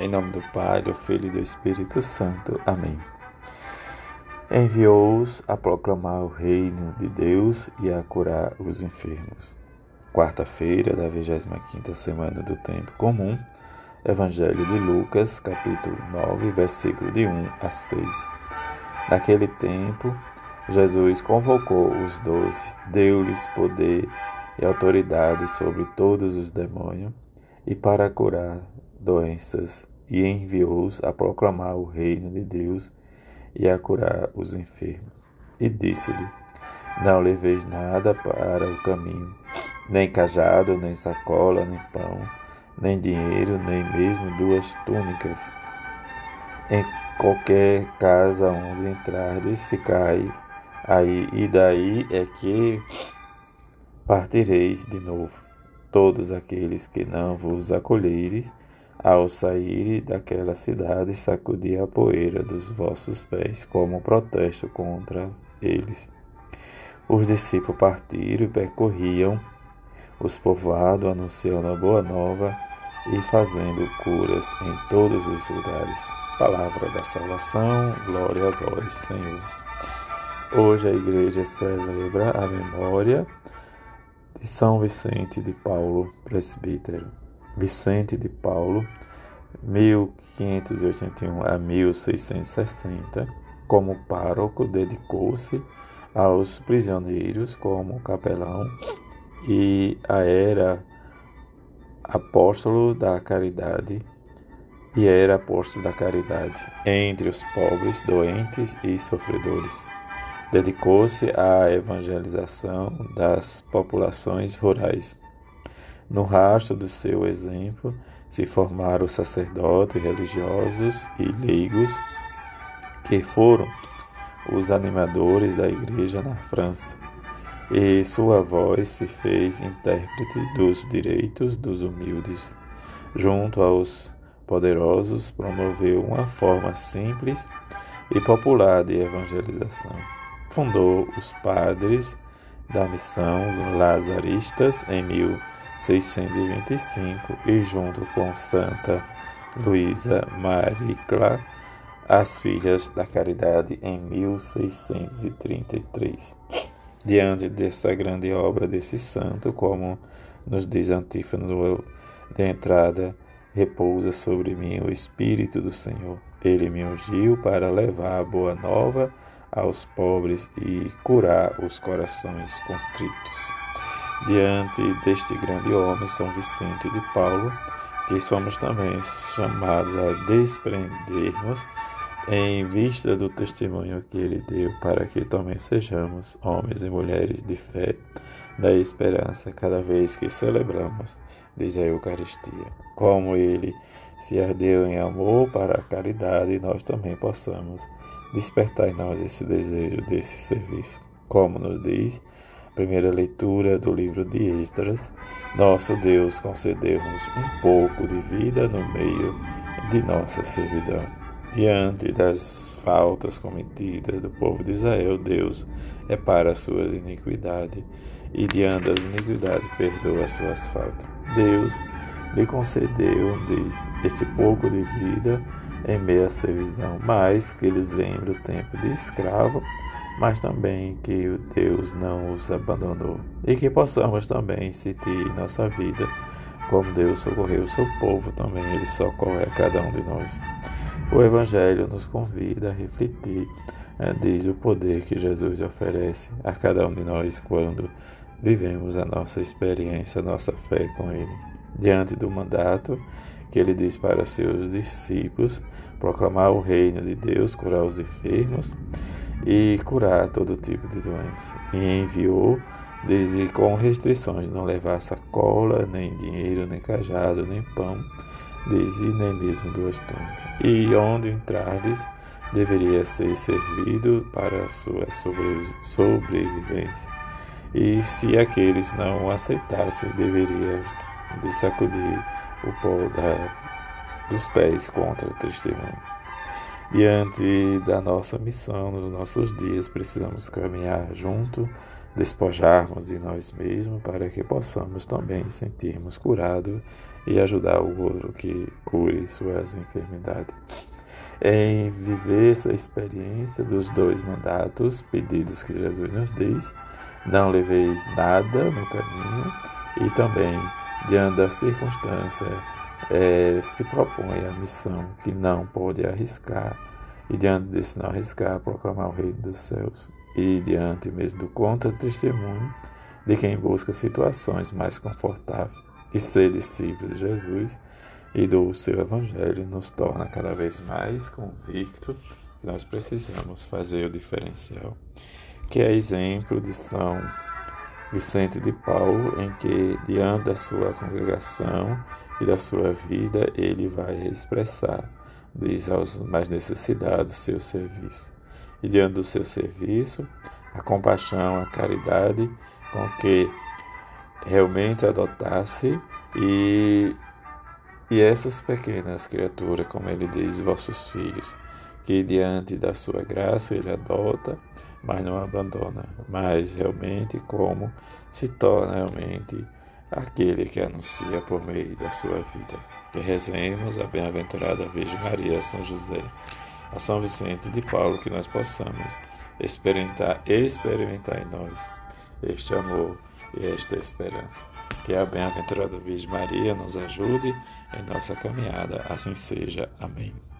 Em nome do Pai, do Filho e do Espírito Santo. Amém. Enviou-os a proclamar o reino de Deus e a curar os enfermos. Quarta-feira da 25ª semana do Tempo Comum. Evangelho de Lucas, capítulo 9, versículo de 1 a 6. Naquele tempo, Jesus convocou os 12, deu-lhes poder e autoridade sobre todos os demônios e para curar doenças, e enviou-os a proclamar o reino de Deus e a curar os enfermos. E disse-lhe: não leveis nada para o caminho, nem cajado, nem sacola, nem pão, nem dinheiro, nem mesmo 2 túnicas. Em qualquer casa onde entrardes, ficai aí, e daí é que partireis de novo. Todos aqueles que não vos acolheres, ao sair daquela cidade, sacudi a poeira dos vossos pés como protesto contra eles. Os discípulos partiram e percorriam os povoados, anunciando a boa nova e fazendo curas em todos os lugares. Palavra da salvação, glória a vós, Senhor. Hoje a igreja celebra a memória de São Vicente de Paulo, presbítero. Vicente de Paulo, 1581 a 1660, como pároco, dedicou-se aos prisioneiros como capelão e era apóstolo da caridade entre os pobres, doentes e sofredores. Dedicou-se à evangelização das populações rurais. No rastro do seu exemplo se formaram sacerdotes, religiosos e leigos, que foram os animadores da igreja na França, e sua voz se fez intérprete dos direitos dos humildes. Junto aos poderosos, promoveu uma forma simples e popular de evangelização. Fundou os padres da missão lazaristas em 1625 e, junto com Santa Luísa Maricla, as Filhas da Caridade em 1633. Diante dessa grande obra desse santo, como nos diz a antífona de entrada, repousa sobre mim o Espírito do Senhor. Ele me ungiu para levar a boa nova aos pobres e curar os corações contritos. Diante deste grande homem, São Vicente de Paulo, que somos também chamados a desprendermos em vista do testemunho que ele deu, para que também sejamos homens e mulheres de fé, da esperança, cada vez que celebramos, diz a Eucaristia. Como ele se ardeu em amor para a caridade, nós também possamos despertar em nós esse desejo desse serviço. Como nos diz a primeira leitura do livro de Esdras, nosso Deus concedeu-nos um pouco de vida no meio de nossa servidão. Diante das faltas cometidas do povo de Israel, Deus repara as suas iniquidades, e diante das iniquidades perdoa as suas faltas. Deus lhe concedeu, diz, este pouco de vida em meio à servidão, mas que eles lembrem o tempo de escravo, mas também que Deus não os abandonou, e que possamos também sentir em nossa vida como Deus socorreu o seu povo, também Ele socorre a cada um de nós. O Evangelho nos convida a refletir, diz, o poder que Jesus oferece a cada um de nós quando vivemos a nossa experiência, a nossa fé com Ele. Diante do mandato que Ele diz para seus discípulos, proclamar o reino de Deus, curar os enfermos e curar todo tipo de doença. E enviou, diz, com restrições, não levar sacola, nem dinheiro, nem cajado, nem pão, diz, e nem mesmo 2 túnicas. E onde entrardes, deveria ser servido para a sua sobrevivência. E se aqueles não o aceitassem, deveria sacudir o pó dos pés contra o testemunho. Diante da nossa missão, nos nossos dias, precisamos caminhar junto despojarmos de nós mesmos para que possamos também sentirmos curados e ajudar o outro que cure suas enfermidades. Em viver essa experiência dos 2 mandatos pedidos que Jesus nos diz, não leveis nada no caminho, e também, diante da circunstância, se propõe a missão que não pode arriscar, e diante desse não arriscar, proclamar o Reino dos Céus, e diante mesmo do contra-testemunho de quem busca situações mais confortáveis, e ser discípulo de Jesus e do seu Evangelho nos torna cada vez mais convicto que nós precisamos fazer o diferencial, que é exemplo de São Vicente de Paulo, em que, diante da sua congregação e da sua vida, ele vai expressar, diz aos mais necessitados, seu serviço. E diante do seu serviço, a compaixão, a caridade com que realmente adotasse e essas pequenas criaturas, como ele diz, vossos filhos, que diante da sua graça ele adota, mas não abandona, mas realmente como se torna realmente aquele que anuncia por meio da sua vida. Que rezemos a bem-aventurada Virgem Maria, a São José, a São Vicente de Paulo, que nós possamos experimentar em nós este amor e esta esperança. Que a bem-aventurada Virgem Maria nos ajude em nossa caminhada. Assim seja. Amém.